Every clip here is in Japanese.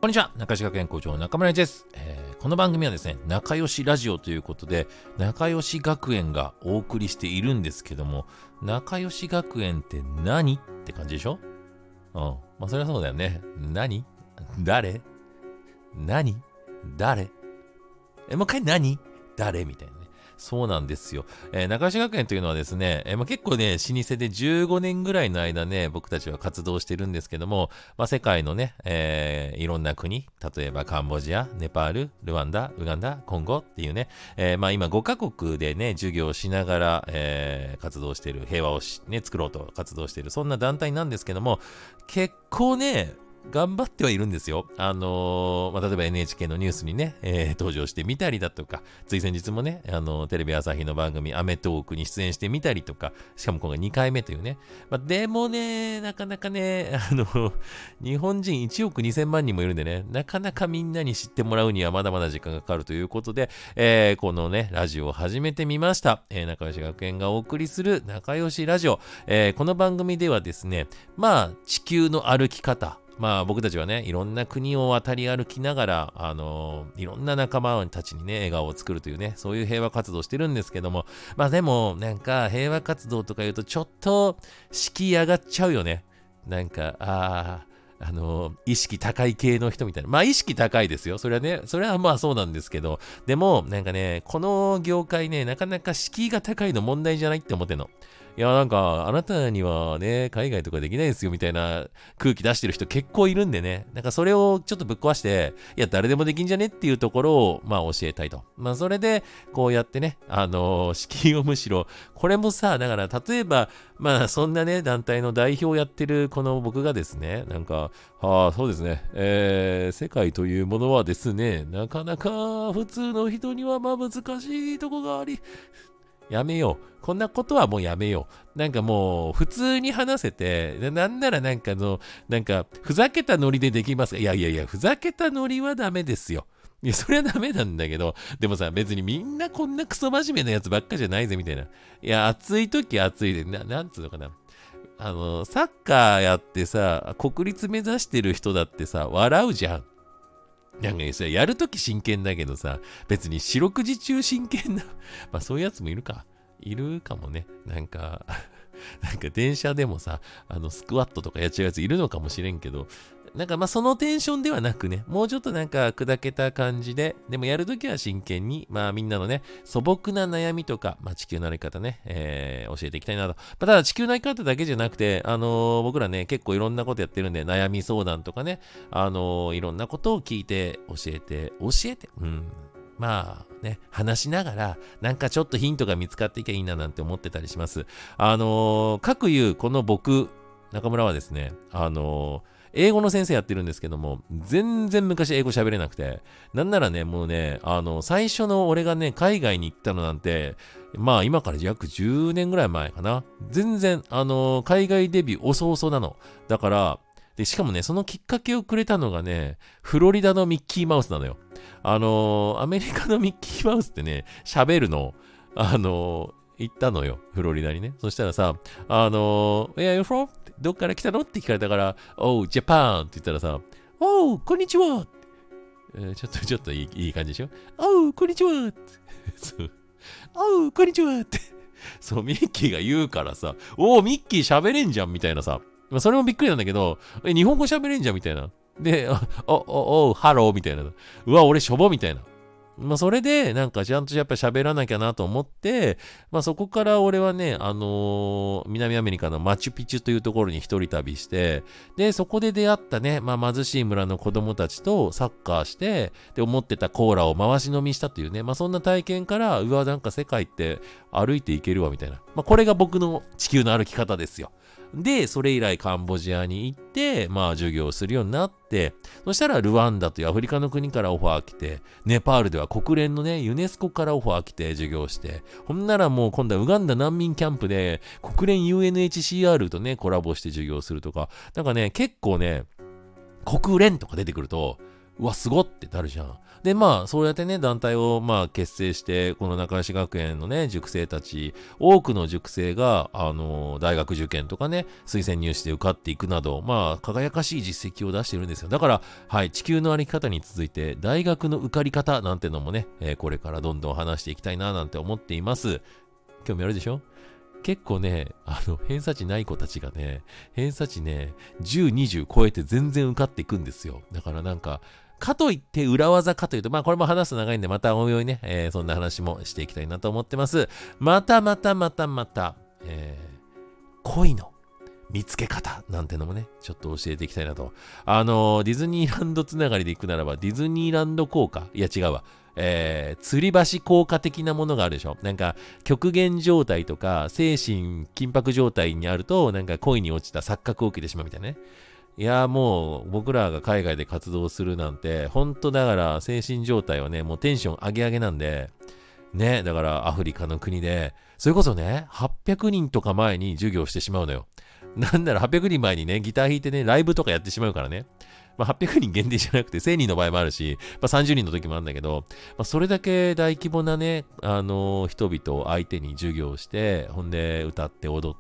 んにちは、仲良し学園校長の中村です。この番組はですね、仲良しラジオということで、仲良し学園がお送りしているんですけども、仲良し学園って何って感じでしょ？まあそれはそうだよね。何？誰？何？誰？もう一回何？誰？みたいなね。そうなんですよ。仲良し学園というのはですね、結構ね、老舗で15年ぐらいの間ね、僕たちは活動してるんですけども、世界のね、いろんな国、例えばカンボジア、ネパール、ルワンダ、ウガンダ、コンゴっていうね、今5カ国でね、授業をしながら、活動している、平和を作ろうと活動している、そんな団体なんですけども、結構ね、頑張ってはいるんですよ。例えば NHK のニュースにね、登場してみたりだとか、つい先日もね、テレビ朝日の番組アメトーークに出演してみたりとか、しかも今回2回目というね。でもね、なかなかね、日本人1億2000万人もいるんでね、なかなかみんなに知ってもらうにはまだまだ時間がかかるということで、このね、ラジオを始めてみました。仲良し学園がお送りする仲良しラジオ。この番組ではですね、地球の歩き方、僕たちはね、いろんな国を渡り歩きながら、いろんな仲間たちにね、笑顔を作るというね、そういう平和活動をしてるんですけども、でも、なんか平和活動とか言うと、ちょっと敷居上がっちゃうよね。なんか、意識高い系の人みたいな。意識高いですよ。それはね、それはそうなんですけど、でも、なんかね、この業界ね、なかなか敷居が高いの問題じゃないって思ってんの。いや、なんか、あなたにはね、海外とかできないですよ、みたいな空気出してる人結構いるんでね。なんかそれをちょっとぶっ壊して、いや、誰でもできんじゃねっていうところを、教えたいと。それで、こうやってね、敷居をむしろ、これもさ、だから、例えば、そんなね、団体の代表をやってるこの僕がですね、なんか、そうですね、世界というものはですね、なかなか普通の人には難しいとこがあり、やめよう。こんなことはもうやめよう。なんかもう、普通に話せて、なんならなんかふざけたノリでできますか？いや、ふざけたノリはダメですよ。いや、それはダメなんだけど、でもさ、別にみんなこんなクソ真面目なやつばっかじゃないぜ、みたいな。いや、暑い時暑いで、なんつうのかな。サッカーやってさ、国立目指してる人だってさ、笑うじゃん。なんかやるとき真剣だけどさ、別に四六時中真剣な、そういうやつもいるかもね。なんか電車でもさ、スクワットとかやっちゃうやついるのかもしれんけど、なんかそのテンションではなくね、もうちょっとなんか砕けた感じで、でもやるときは真剣に、みんなのね、素朴な悩みとか、地球の歩き方ね、教えていきたいなと。ただ地球の歩き方だけじゃなくて、僕らね、結構いろんなことやってるんで、悩み相談とかね、いろんなことを聞いて、教えて、話しながら、なんかちょっとヒントが見つかっていけばいいななんて思ってたりします。各言う、この僕、中村はですね、英語の先生やってるんですけども、全然昔英語喋れなくて、なんならね、もうね、最初の俺がね、海外に行ったのなんて、今から約10年ぐらい前かな。全然、海外デビュー遅々なの。だから、で、しかもね、そのきっかけをくれたのがね、フロリダのミッキーマウスなのよ。アメリカのミッキーマウスってね、喋るの、行ったのよ、フロリダにね。そしたらさ、Where are you from? どっから来たのって聞かれたから、Oh, Japan! って言ったらさ、Oh, こんにちは! ちょっといい感じでしょ？ Oh, こんにちは! Oh, こんにちは! って、そう、ミッキーが言うからさ、ミッキー喋れんじゃんみたいなさ、それもびっくりなんだけど、日本語喋れんじゃんみたいな。で、ハローみたいな。うわ、俺しょぼみたいな。それで、なんかちゃんとやっぱ喋らなきゃなと思って、そこから俺はね、南アメリカのマチュピチュというところに一人旅して、で、そこで出会ったね、貧しい村の子供たちとサッカーして、で、思ってたコーラを回し飲みしたというね、そんな体験から、うわ、なんか世界って歩いていけるわ、みたいな。これが僕の地球の歩き方ですよ。で、それ以来カンボジアに行って、授業をするようになって、そしたらルワンダというアフリカの国からオファー来て、ネパールでは国連のね、ユネスコからオファー来て授業して、ほんならもう今度はウガンダ難民キャンプで、国連 UNHCR とね、コラボして授業するとか、なんかね、結構ね、国連とか出てくると、 うわ、すごってなるじゃん。で、まあ、そうやってね、団体をまあ結成して、この仲良し学園のね、塾生たち、多くの塾生が、大学受験とかね、推薦入試で受かっていくなど、まあ、輝かしい実績を出しているんですよ。だから、はい、地球の歩き方に続いて、大学の受かり方なんてのもね、これからどんどん話していきたいな、なんて思っています。興味あるでしょ？結構ね、偏差値ない子たちがね、偏差値ね、10、20超えて全然受かっていくんですよ。だからなんか、かといって裏技かというと、まあこれも話すと長いんで、またおいおいね、そんな話もしていきたいなと思ってます。また、恋の見つけ方なんてのもね、ちょっと教えていきたいなと。ディズニーランドつながりで行くならば、ディズニーランド効果、いや違うわ。吊り橋効果的なものがあるでしょ。なんか極限状態とか精神緊迫状態にあるとなんか恋に落ちた錯覚を受けてしまうみたいなね。いやもう僕らが海外で活動するなんて本当だから精神状態はねもうテンション上げ上げなんでね、だからアフリカの国でそれこそね800人とか前に授業してしまうのよ。なんなら800人前にねギター弾いてねライブとかやってしまうからね。まあ、800人限定じゃなくて1000人の場合もあるし、まあ、30人の時もあるんだけど、まあ、それだけ大規模なね、人々を相手に授業して、ほんで歌って踊って、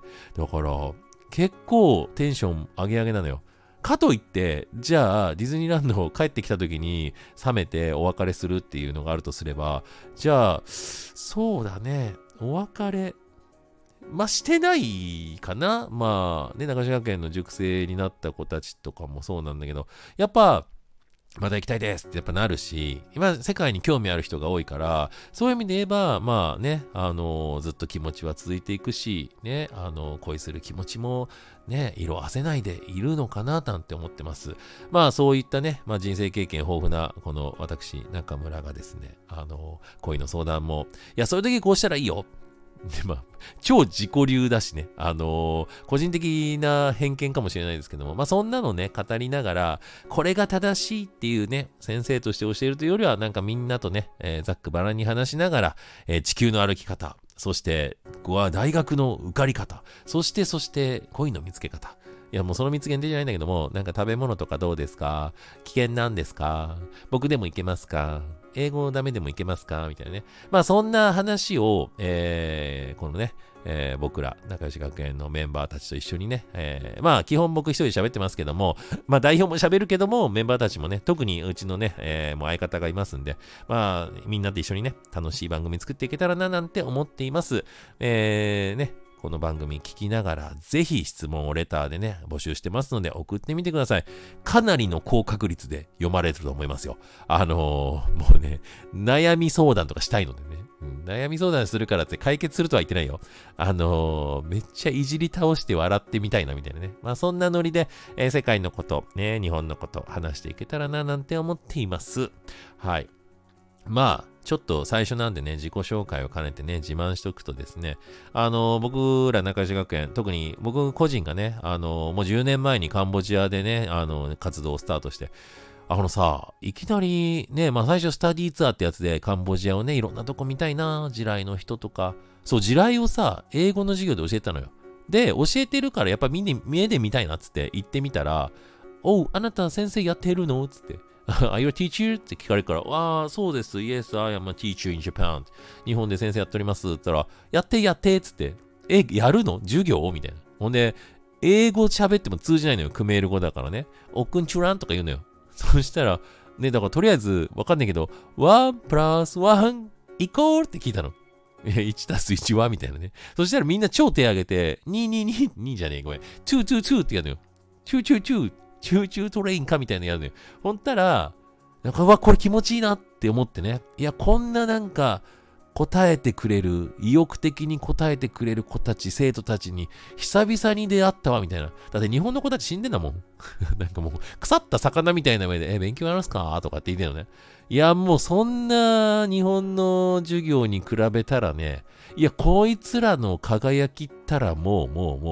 だから結構テンション上げ上げなのよ。かといって、じゃあディズニーランドを帰ってきた時に冷めてお別れするっていうのがあるとすれば、じゃあ、そうだね、お別れ、まあ、してないかな。まあ、ね、中島学園の塾生になった子たちとかもそうなんだけど、やっぱ、また行きたいですってやっぱなるし、今、世界に興味ある人が多いから、そういう意味で言えば、まあね、ずっと気持ちは続いていくし、ね、恋する気持ちも、ね、色あせないでいるのかな、なんて思ってます。まあ、そういったね、まあ、人生経験豊富な、この私、中村がですね、恋の相談も、いや、そういう時こうしたらいいよ。で、まあ、超自己流だしね、個人的な偏見かもしれないですけども、まあそんなのね、語りながら、これが正しいっていうね、先生として教えるというよりは、なんかみんなとね、ざっくばらんに話しながら、地球の歩き方、そして、大学の受かり方、そして恋の見つけ方。いやもうその3つ限定じゃないんだけども、なんか食べ物とかどうですか？危険なんですか？僕でもいけますか？英語ダメでもいけますかみたいなね。まあそんな話を、このね、僕ら仲良し学園のメンバーたちと一緒にね、まあ基本僕一人で喋ってますけども、まあ代表も喋るけども、メンバーたちもね、特にうちのね、もう相方がいますんで、まあみんなで一緒にね、楽しい番組作っていけたらななんて思っています。ね。この番組聞きながら、ぜひ質問をレターでね、募集してますので送ってみてください。かなりの高確率で読まれると思いますよ。もうね、悩み相談とかしたいのでね。悩み相談するからって解決するとは言ってないよ。めっちゃいじり倒して笑ってみたいなみたいなね。まあそんなノリで、世界のこと、ね、日本のこと話していけたらななんて思っています。はい。まあ、ちょっと最初なんでね、自己紹介を兼ねてね、自慢しとくとですね、僕ら仲良し学園、特に僕個人がね、もう10年前にカンボジアでね、活動をスタートして、いきなりね、まあ最初スタディーツアーってやつでカンボジアをね、いろんなとこ見たいな、地雷の人とか、そう、地雷をさ、英語の授業で教えたのよ。で、教えてるからやっぱ目で見たいなっつって行ってみたら、おう、あなた先生やってるのつって。Are you a teacher? って聞かれるから、ああ、そうです。Yes, I am a teacher in Japan. 日本で先生やっております。って言ったら、やってっつって、やるの授業みたいな。ほんで、英語喋っても通じないのよ。クメール語だからね。おくんちゅらんとか言うのよ。そしたら、ね、だからとりあえず、わかんないけど、1プラス1イコールって聞いたの。1たす1はみたいなね。そしたらみんな超手挙げて、2じゃねえ、ごめん。2ってやるのよ。2チューチュートレインかみたいなのやるのよ。ほんたら、なんかこれ気持ちいいなって思ってね。いや、こんななんか、答えてくれる、意欲的に答えてくれる子たち、生徒たちに、久々に出会ったわ、みたいな。だって日本の子たち死んでんだもん。なんかもう、腐った魚みたいな目で、勉強やりますかとかって言ってんのね。いや、もうそんな日本の授業に比べたらね、いや、こいつらの輝きったらも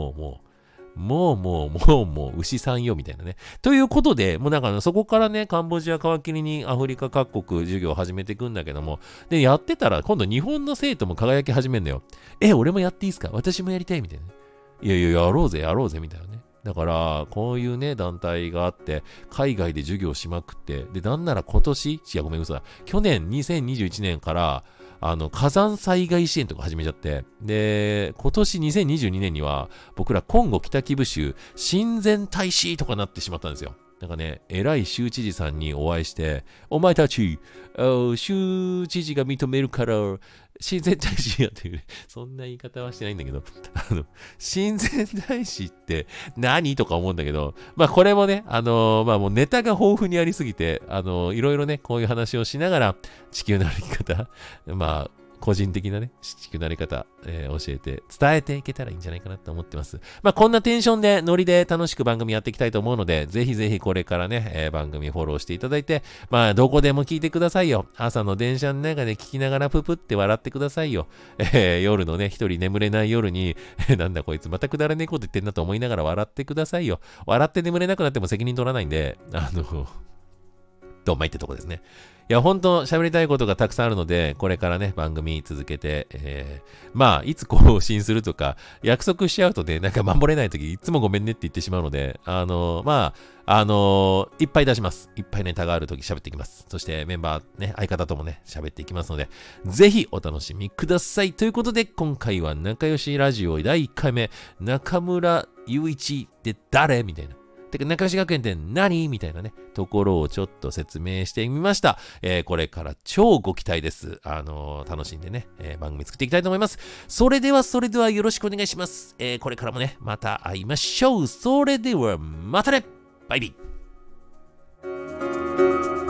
う、牛さんよ、みたいなね。ということで、もうなんかそこからね、カンボジア皮切りにアフリカ各国授業を始めていくんだけども、で、やってたら、今度日本の生徒も輝き始めるんだよ。俺もやっていいですか？私もやりたいみたいな。いや、やろうぜ、みたいなね。 だから、こういうね、団体があって、海外で授業しまくって、で、なんなら今年、いや、ごめん、嘘だ。去年2021年から、火山災害支援とか始めちゃって、で、今年2022年には、僕らコンゴ北キブ州親善大使とかなってしまったんですよ。なんかね、偉い州知事さんにお会いして、お前たち、州知事が認めるから、親善大使やっていう、そんな言い方はしてないんだけど、親善大使って何とか思うんだけど、まあこれもね、まあもうネタが豊富にありすぎて、いろいろね、こういう話をしながら、地球の歩き方、まあ、個人的なね、地球のあり方、教えて、伝えていけたらいいんじゃないかなと思ってます。まあ、こんなテンションで、ノリで楽しく番組やっていきたいと思うので、ぜひぜひこれからね、番組フォローしていただいて、まあ、どこでも聞いてくださいよ。朝の電車の中で聞きながらププって笑ってくださいよ。夜のね、一人眠れない夜に、なんだこいつまたくだらねえこと言ってんなと思いながら笑ってくださいよ。笑って眠れなくなっても責任取らないんで、どんまいってとこですね。いや、本当喋りたいことがたくさんあるので、これからね、番組続けて、まあ、いつ更新するとか、約束しちゃうとね、なんか守れないとき、いつもごめんねって言ってしまうので、まあ、いっぱい出します。いっぱいネタがあるとき喋っていきます。そしてメンバーね、相方ともね、喋っていきますので、ぜひお楽しみください。ということで、今回は仲良しラジオ第1回目、中村雄一で誰みたいな。てか、仲良し学園って何みたいなね、ところをちょっと説明してみました。これから超ご期待です。楽しんでね、番組作っていきたいと思います。それではよろしくお願いします。これからもね、また会いましょう。それでは、またねバイビー